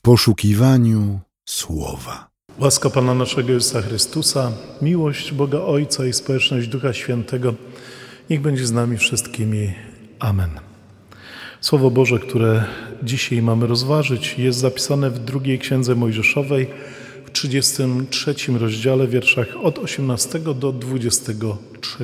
poszukiwaniu Słowa. Łaska Pana naszego Jezusa Chrystusa, miłość Boga Ojca i społeczność Ducha Świętego niech będzie z nami wszystkimi. Amen. Słowo Boże, które dzisiaj mamy rozważyć, jest zapisane w drugiej Księdze Mojżeszowej w 33 rozdziale, wierszach od 18 do 23.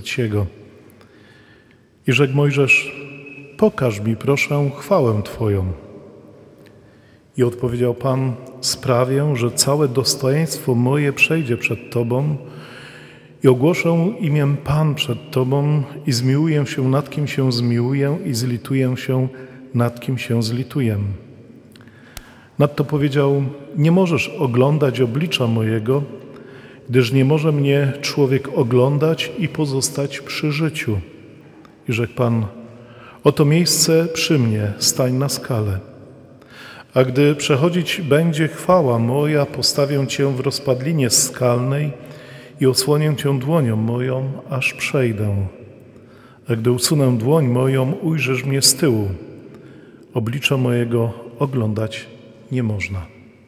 I rzekł Mojżesz: pokaż mi, proszę, chwałę Twoją. I odpowiedział Pan: sprawię, że całe dostojeństwo moje przejdzie przed Tobą i ogłoszę imię Pan przed Tobą i zmiłuję się nad kim się zmiłuję i zlituję się nad kim się zlituję. Nadto powiedział: nie możesz oglądać oblicza mojego, gdyż nie może mnie człowiek oglądać i pozostać przy życiu. I rzekł Pan: oto miejsce przy mnie, stań na skale. A gdy przechodzić będzie chwała moja, postawię Cię w rozpadlinie skalnej i odsłonię Cię dłonią moją, aż przejdę. A gdy usunę dłoń moją, ujrzysz mnie z tyłu. Oblicza mojego oglądać nie można.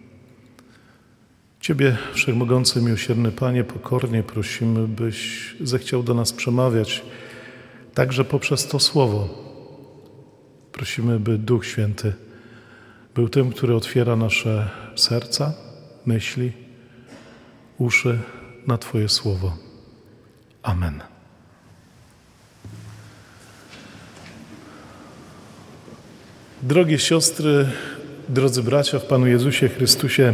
Ciebie, Wszechmogący, miłosierny Panie, pokornie prosimy, byś zechciał do nas przemawiać, także poprzez to Słowo. Prosimy, by Duch Święty był tym, który otwiera nasze serca, myśli, uszy na Twoje Słowo. Amen. Drogie siostry, drodzy bracia w Panu Jezusie Chrystusie,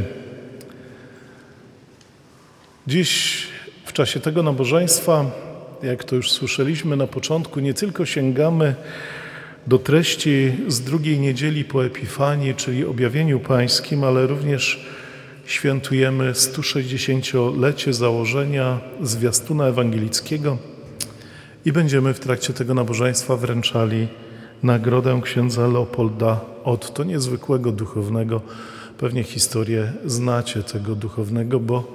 dziś w czasie tego nabożeństwa, jak to już słyszeliśmy na początku, nie tylko sięgamy do treści z drugiej niedzieli po Epifanii, czyli objawieniu Pańskim, ale również świętujemy 160-lecie założenia zwiastuna ewangelickiego i będziemy w trakcie tego nabożeństwa wręczali nagrodę księdza Leopolda Otto, niezwykłego duchownego. Pewnie historię znacie tego duchownego, bo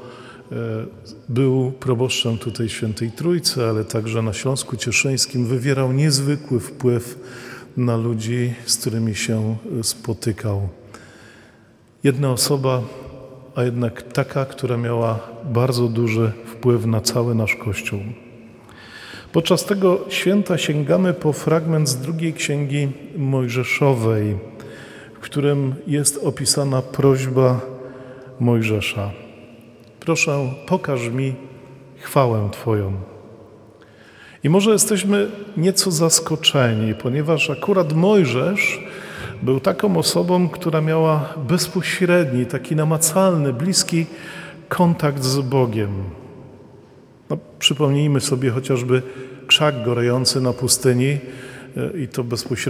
był proboszczem tutaj Świętej Trójcy, ale także na Śląsku Cieszyńskim wywierał niezwykły wpływ na ludzi, z którymi się spotykał. Jedna osoba, a jednak taka, która miała bardzo duży wpływ na cały nasz Kościół. Podczas tego święta sięgamy po fragment z drugiej Księgi Mojżeszowej, w którym jest opisana prośba Mojżesza. Proszę, pokaż mi chwałę Twoją. I może jesteśmy nieco zaskoczeni, ponieważ akurat Mojżesz był taką osobą, która miała bezpośredni, taki namacalny, bliski kontakt z Bogiem. Przypomnijmy sobie chociażby krzak gorejący na pustyni i to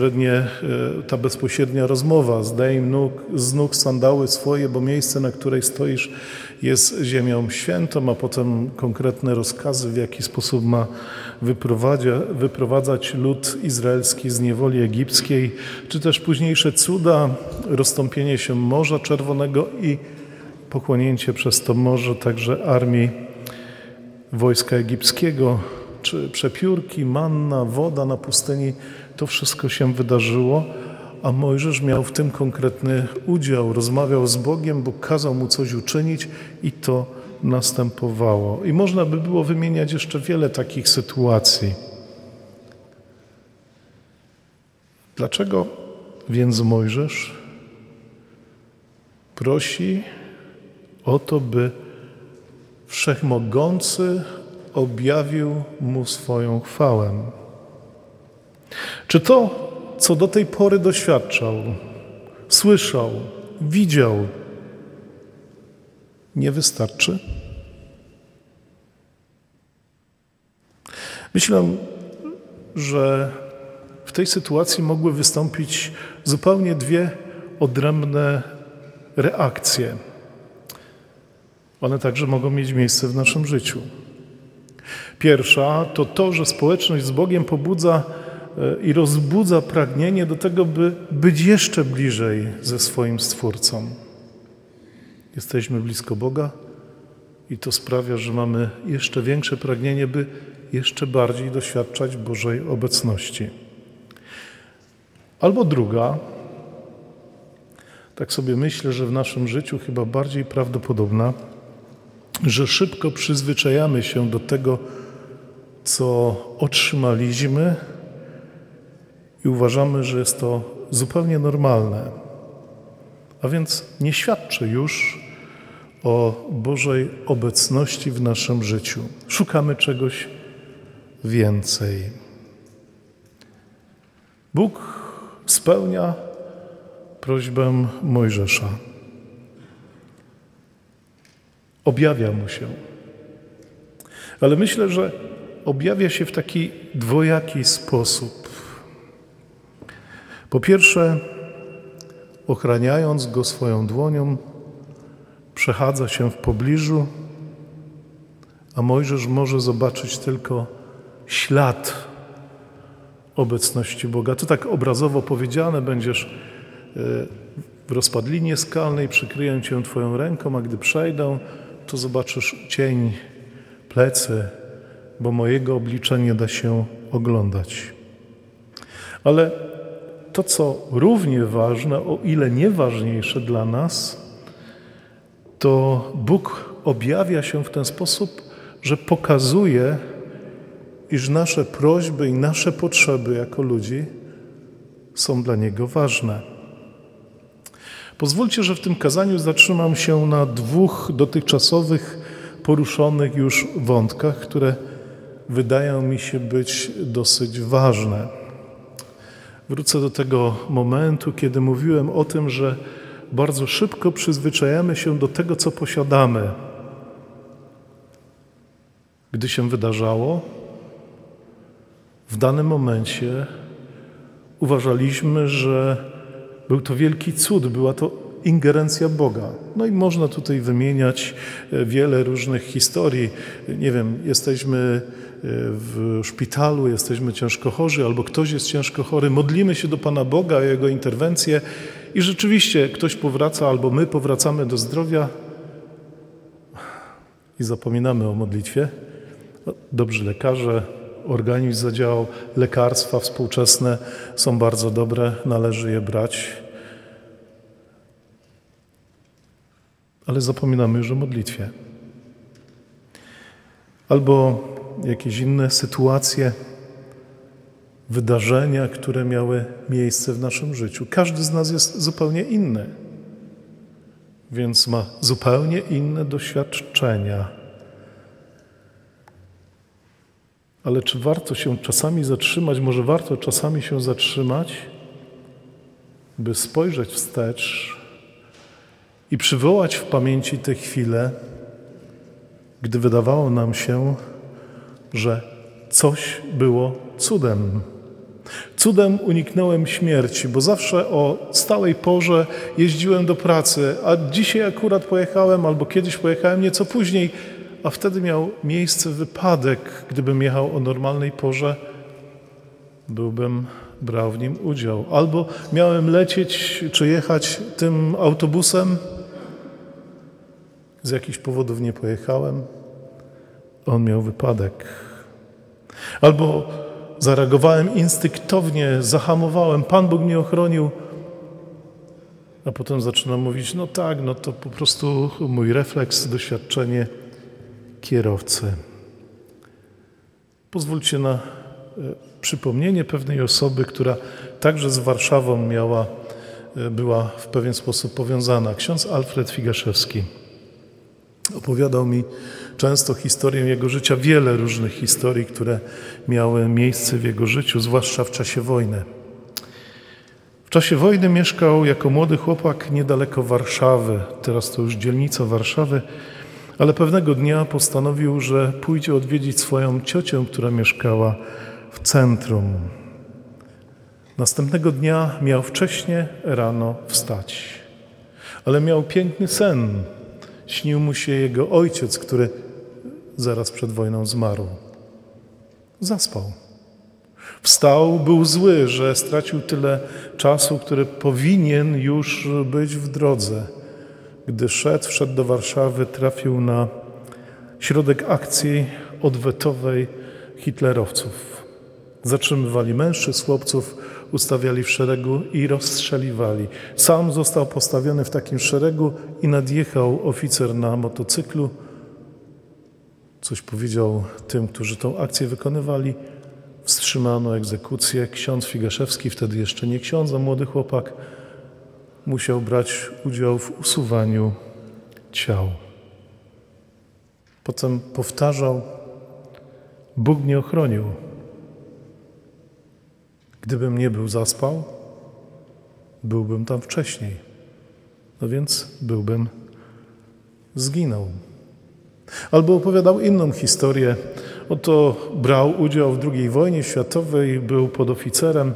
ta bezpośrednia rozmowa: zdejm z nóg sandały swoje, bo miejsce, na której stoisz, jest ziemią świętą, a potem konkretne rozkazy, w jaki sposób ma wyprowadzać lud izraelski z niewoli egipskiej, czy też późniejsze cuda, rozstąpienie się Morza Czerwonego i pochłonięcie przez to morze także armii wojska egipskiego, czy przepiórki, manna, woda na pustyni. To wszystko się wydarzyło, a Mojżesz miał w tym konkretny udział. Rozmawiał z Bogiem, Bóg kazał mu coś uczynić i to następowało. I można by było wymieniać jeszcze wiele takich sytuacji. Dlaczego więc Mojżesz prosi o to, by Wszechmogący objawił mu swoją chwałę? Czy to, co do tej pory doświadczał, słyszał, widział, nie wystarczy? Myślę, że w tej sytuacji mogły wystąpić zupełnie dwie odrębne reakcje. One także mogą mieć miejsce w naszym życiu. Pierwsza to, że społeczność z Bogiem pobudza i rozbudza pragnienie do tego, by być jeszcze bliżej ze swoim Stwórcą. Jesteśmy blisko Boga i to sprawia, że mamy jeszcze większe pragnienie, by jeszcze bardziej doświadczać Bożej obecności. Albo druga, tak sobie myślę, że w naszym życiu chyba bardziej prawdopodobna, że szybko przyzwyczajamy się do tego, co otrzymaliśmy i uważamy, że jest to zupełnie normalne. A więc nie świadczy już o Bożej obecności w naszym życiu. Szukamy czegoś więcej. Bóg spełnia prośbę Mojżesza. Objawia mu się. Ale myślę, że objawia się w taki dwojaki sposób. Po pierwsze, ochraniając go swoją dłonią, przechadza się w pobliżu, a Mojżesz może zobaczyć tylko ślad obecności Boga. To tak obrazowo powiedziane, będziesz w rozpadlinie skalnej, przykryję cię Twoją ręką, a gdy przejdę, to zobaczysz cień, plecy, bo mojego oblicza nie da się oglądać. Ale to, co równie ważne, o ile nie ważniejsze dla nas, to Bóg objawia się w ten sposób, że pokazuje, iż nasze prośby i nasze potrzeby jako ludzi są dla Niego ważne. Pozwólcie, że w tym kazaniu zatrzymam się na dwóch dotychczasowych, poruszonych już wątkach, które wydają mi się być dosyć ważne. Wrócę do tego momentu, kiedy mówiłem o tym, że bardzo szybko przyzwyczajamy się do tego, co posiadamy. Gdy się wydarzało, w danym momencie uważaliśmy, że był to wielki cud, była to ingerencja Boga. No i można tutaj wymieniać wiele różnych historii. Nie wiem, jesteśmy w szpitalu, jesteśmy ciężko chorzy, albo ktoś jest ciężko chory, modlimy się do Pana Boga o Jego interwencję i rzeczywiście ktoś powraca, albo my powracamy do zdrowia i zapominamy o modlitwie. Dobrzy lekarze, organizm zadziałał, lekarstwa współczesne są bardzo dobre, należy je brać. Ale zapominamy już o modlitwie. Albo jakieś inne sytuacje, wydarzenia, które miały miejsce w naszym życiu. Każdy z nas jest zupełnie inny, więc ma zupełnie inne doświadczenia. Ale czy warto się czasami zatrzymać, może warto czasami się zatrzymać, by spojrzeć wstecz i przywołać w pamięci te chwile, gdy wydawało nam się, że coś było cudem. Cudem uniknąłem śmierci, bo zawsze o stałej porze jeździłem do pracy, a dzisiaj akurat pojechałem albo kiedyś pojechałem nieco później, a wtedy miał miejsce wypadek. Gdybym jechał o normalnej porze, brał w nim udział. Albo miałem lecieć czy jechać tym autobusem, z jakichś powodów nie pojechałem, on miał wypadek. Albo zareagowałem instynktownie, zahamowałem, Pan Bóg mnie ochronił, a potem zaczynam mówić, no tak, no to po prostu mój refleks, doświadczenie kierowcy. Pozwólcie na przypomnienie pewnej osoby, która także z Warszawą była w pewien sposób powiązana. Ksiądz Alfred Figaszewski opowiadał mi często historię jego życia, wiele różnych historii, które miały miejsce w jego życiu, zwłaszcza w czasie wojny. W czasie wojny mieszkał jako młody chłopak niedaleko Warszawy, teraz to już dzielnica Warszawy, ale pewnego dnia postanowił, że pójdzie odwiedzić swoją ciocię, która mieszkała w centrum. Następnego dnia miał wcześnie rano wstać, ale miał piękny sen. Śnił mu się jego ojciec, który zaraz przed wojną zmarł. Zaspał. Wstał, był zły, że stracił tyle czasu, który powinien już być w drodze. Gdy wszedł do Warszawy, trafił na środek akcji odwetowej hitlerowców. Zatrzymywali mężczyzn, chłopców, ustawiali w szeregu i rozstrzeliwali. Sam został postawiony w takim szeregu i nadjechał oficer na motocyklu. Coś powiedział tym, którzy tą akcję wykonywali. Wstrzymano egzekucję. Ksiądz Figaszewski, wtedy jeszcze nie ksiądz, a młody chłopak, musiał brać udział w usuwaniu ciał. Potem powtarzał: Bóg mnie ochronił. Gdybym nie był zaspał, byłbym tam wcześniej. No więc zginął. Albo opowiadał inną historię. Oto brał udział w II wojnie światowej, był podoficerem.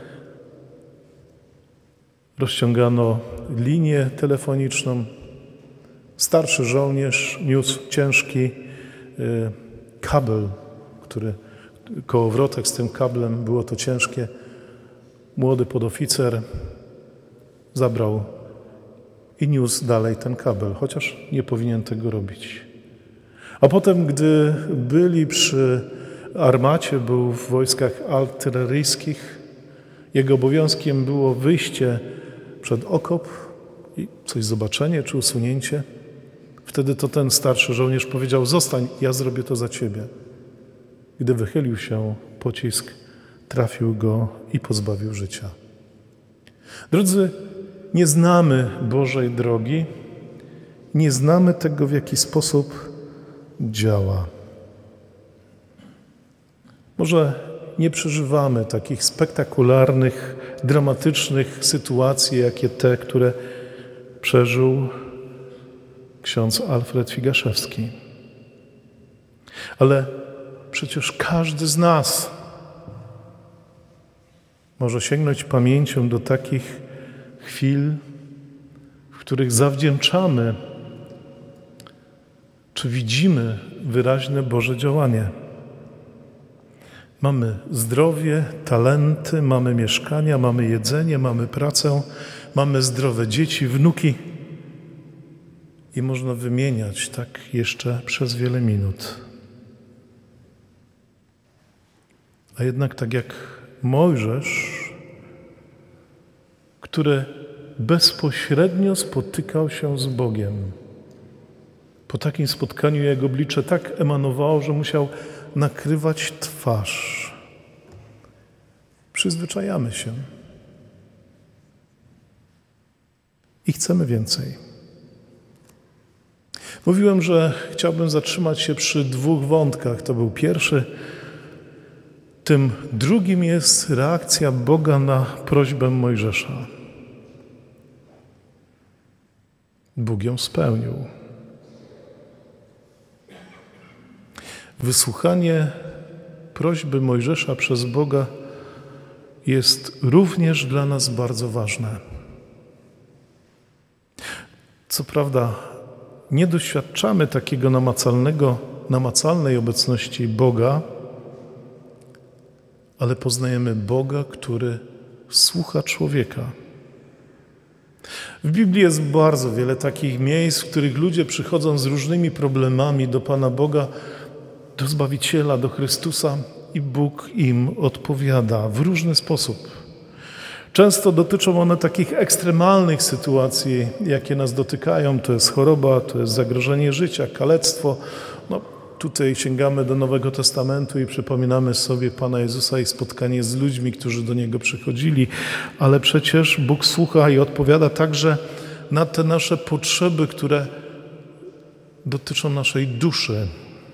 Rozciągano linię telefoniczną. Starszy żołnierz niósł ciężki kabel, kołowrotek z tym kablem, było to ciężkie. Młody podoficer zabrał i niósł dalej ten kabel, chociaż nie powinien tego robić. A potem, gdy byli przy armacie, był w wojskach artyleryjskich, jego obowiązkiem było wyjście przed okop i coś zobaczenie czy usunięcie. Wtedy to ten starszy żołnierz powiedział: zostań, ja zrobię to za ciebie. Gdy wychylił się, pocisk trafił go i pozbawił życia. Drodzy, nie znamy Bożej drogi, nie znamy tego, w jaki sposób działa. Może nie przeżywamy takich spektakularnych, dramatycznych sytuacji, jakie te, które przeżył ksiądz Alfred Figaszewski. Ale przecież każdy z nas może sięgnąć pamięcią do takich chwil, w których zawdzięczamy, czy widzimy wyraźne Boże działanie. Mamy zdrowie, talenty, mamy mieszkania, mamy jedzenie, mamy pracę, mamy zdrowe dzieci, wnuki i można wymieniać tak jeszcze przez wiele minut. A jednak tak jak Mojżesz, który bezpośrednio spotykał się z Bogiem. Po takim spotkaniu jego oblicze tak emanowało, że musiał nakrywać twarz. Przyzwyczajamy się. I chcemy więcej. Mówiłem, że chciałbym zatrzymać się przy 2 wątkach. To był pierwszy. Tym drugim jest reakcja Boga na prośbę Mojżesza. Bóg ją spełnił. Wysłuchanie prośby Mojżesza przez Boga jest również dla nas bardzo ważne. Co prawda nie doświadczamy takiego namacalnej obecności Boga, ale poznajemy Boga, który słucha człowieka. W Biblii jest bardzo wiele takich miejsc, w których ludzie przychodzą z różnymi problemami do Pana Boga, do Zbawiciela, do Chrystusa i Bóg im odpowiada w różny sposób. Często dotyczą one takich ekstremalnych sytuacji, jakie nas dotykają. To jest choroba, to jest zagrożenie życia, kalectwo. Tutaj sięgamy do Nowego Testamentu i przypominamy sobie Pana Jezusa i spotkanie z ludźmi, którzy do Niego przychodzili. Ale przecież Bóg słucha i odpowiada także na te nasze potrzeby, które dotyczą naszej duszy.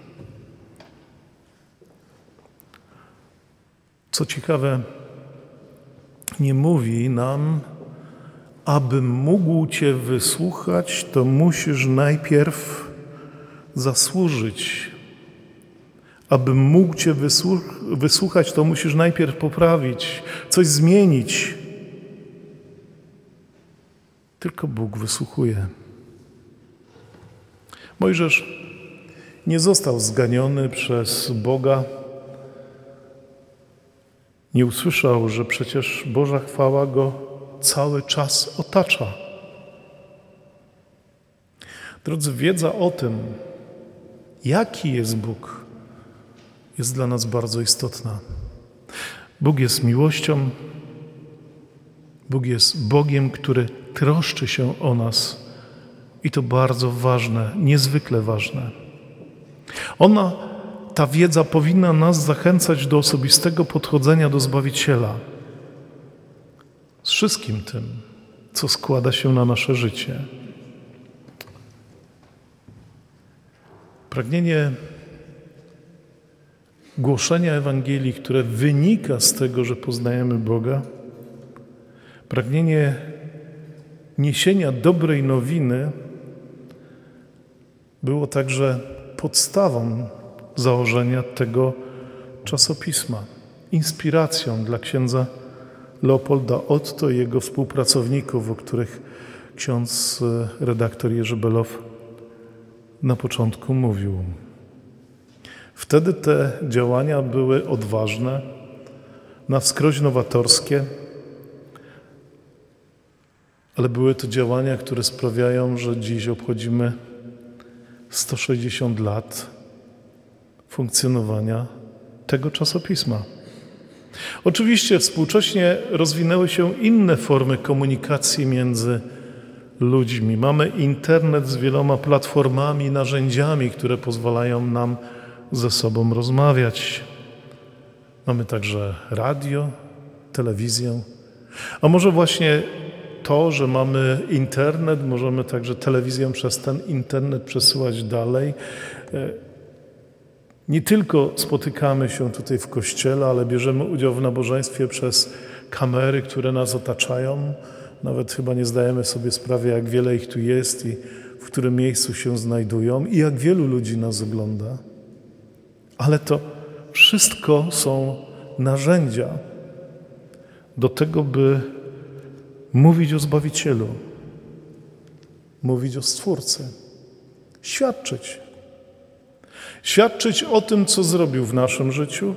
Co ciekawe, nie mówi nam, abym mógł Cię wysłuchać, to musisz najpierw zasłużyć. Abym mógł Cię wysłuchać, to musisz najpierw poprawić, coś zmienić. Tylko Bóg wysłuchuje. Mojżesz nie został zganiony przez Boga. Nie usłyszał, że przecież Boża chwała go cały czas otacza. Drodzy, wiedza o tym, jaki jest Bóg, jest dla nas bardzo istotna. Bóg jest miłością, Bóg jest Bogiem, który troszczy się o nas i to bardzo ważne, niezwykle ważne. Ta wiedza powinna nas zachęcać do osobistego podchodzenia do Zbawiciela z wszystkim tym, co składa się na nasze życie. Pragnienie głoszenia Ewangelii, które wynika z tego, że poznajemy Boga, pragnienie niesienia dobrej nowiny było także podstawą założenia tego czasopisma, inspiracją dla księdza Leopolda Otto i jego współpracowników, o których ksiądz redaktor Jerzy Below na początku mówił. Wtedy te działania były odważne, na wskroś nowatorskie, ale były to działania, które sprawiają, że dziś obchodzimy 160 lat funkcjonowania tego czasopisma. Oczywiście współcześnie rozwinęły się inne formy komunikacji między ludźmi. Mamy internet z wieloma platformami, narzędziami, które pozwalają nam ze sobą rozmawiać. Mamy także radio, telewizję. A może właśnie to, że mamy internet, możemy także telewizję przez ten internet przesyłać dalej. Nie tylko spotykamy się tutaj w kościele, ale bierzemy udział w nabożeństwie przez kamery, które nas otaczają. Nawet chyba nie zdajemy sobie sprawy, jak wiele ich tu jest i w którym miejscu się znajdują i jak wielu ludzi nas ogląda. Ale to wszystko są narzędzia do tego, by mówić o Zbawicielu, mówić o Stwórcy, świadczyć. Świadczyć o tym, co zrobił w naszym życiu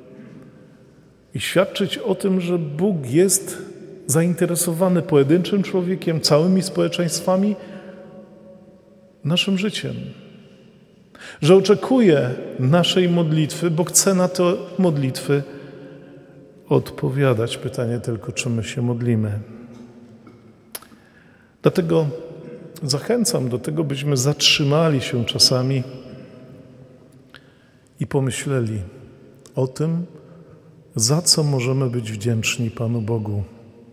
i świadczyć o tym, że Bóg jest zainteresowany pojedynczym człowiekiem, całymi społeczeństwami, naszym życiem. Że oczekuje naszej modlitwy, bo chce na te modlitwy odpowiadać. Pytanie tylko, czy my się modlimy. Dlatego zachęcam do tego, byśmy zatrzymali się czasami i pomyśleli o tym, za co możemy być wdzięczni Panu Bogu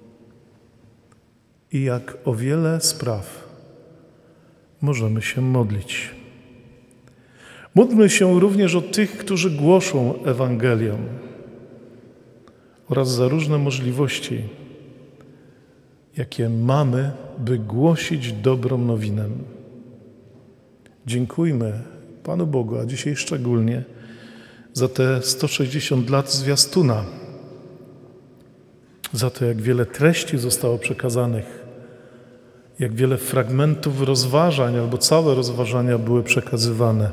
i jak o wiele spraw możemy się modlić. Módlmy się również o tych, którzy głoszą Ewangelię oraz za różne możliwości, jakie mamy, by głosić dobrą nowinę. Dziękujmy Panu Bogu, a dzisiaj szczególnie za te 160 lat zwiastuna, za to, jak wiele treści zostało przekazanych, jak wiele fragmentów rozważań albo całe rozważania były przekazywane,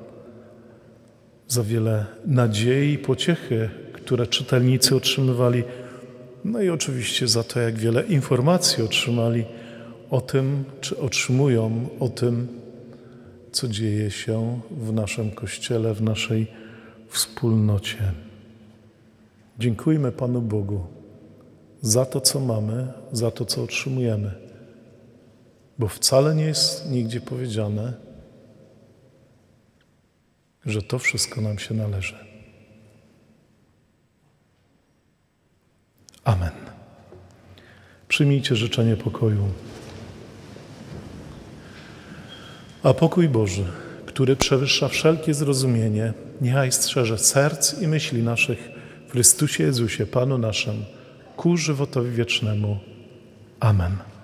za wiele nadziei i pociechy, które czytelnicy otrzymywali, no i oczywiście za to, jak wiele informacji otrzymali o tym, czy otrzymują o tym, co dzieje się w naszym Kościele, w naszej wspólnocie. Dziękujmy Panu Bogu za to, co mamy, za to, co otrzymujemy, bo wcale nie jest nigdzie powiedziane, że to wszystko nam się należy. Amen. Przyjmijcie życzenie pokoju. A pokój Boży, który przewyższa wszelkie zrozumienie, niechaj strzeże serc i myśli naszych w Chrystusie Jezusie, Panu naszym, ku żywotowi wiecznemu. Amen.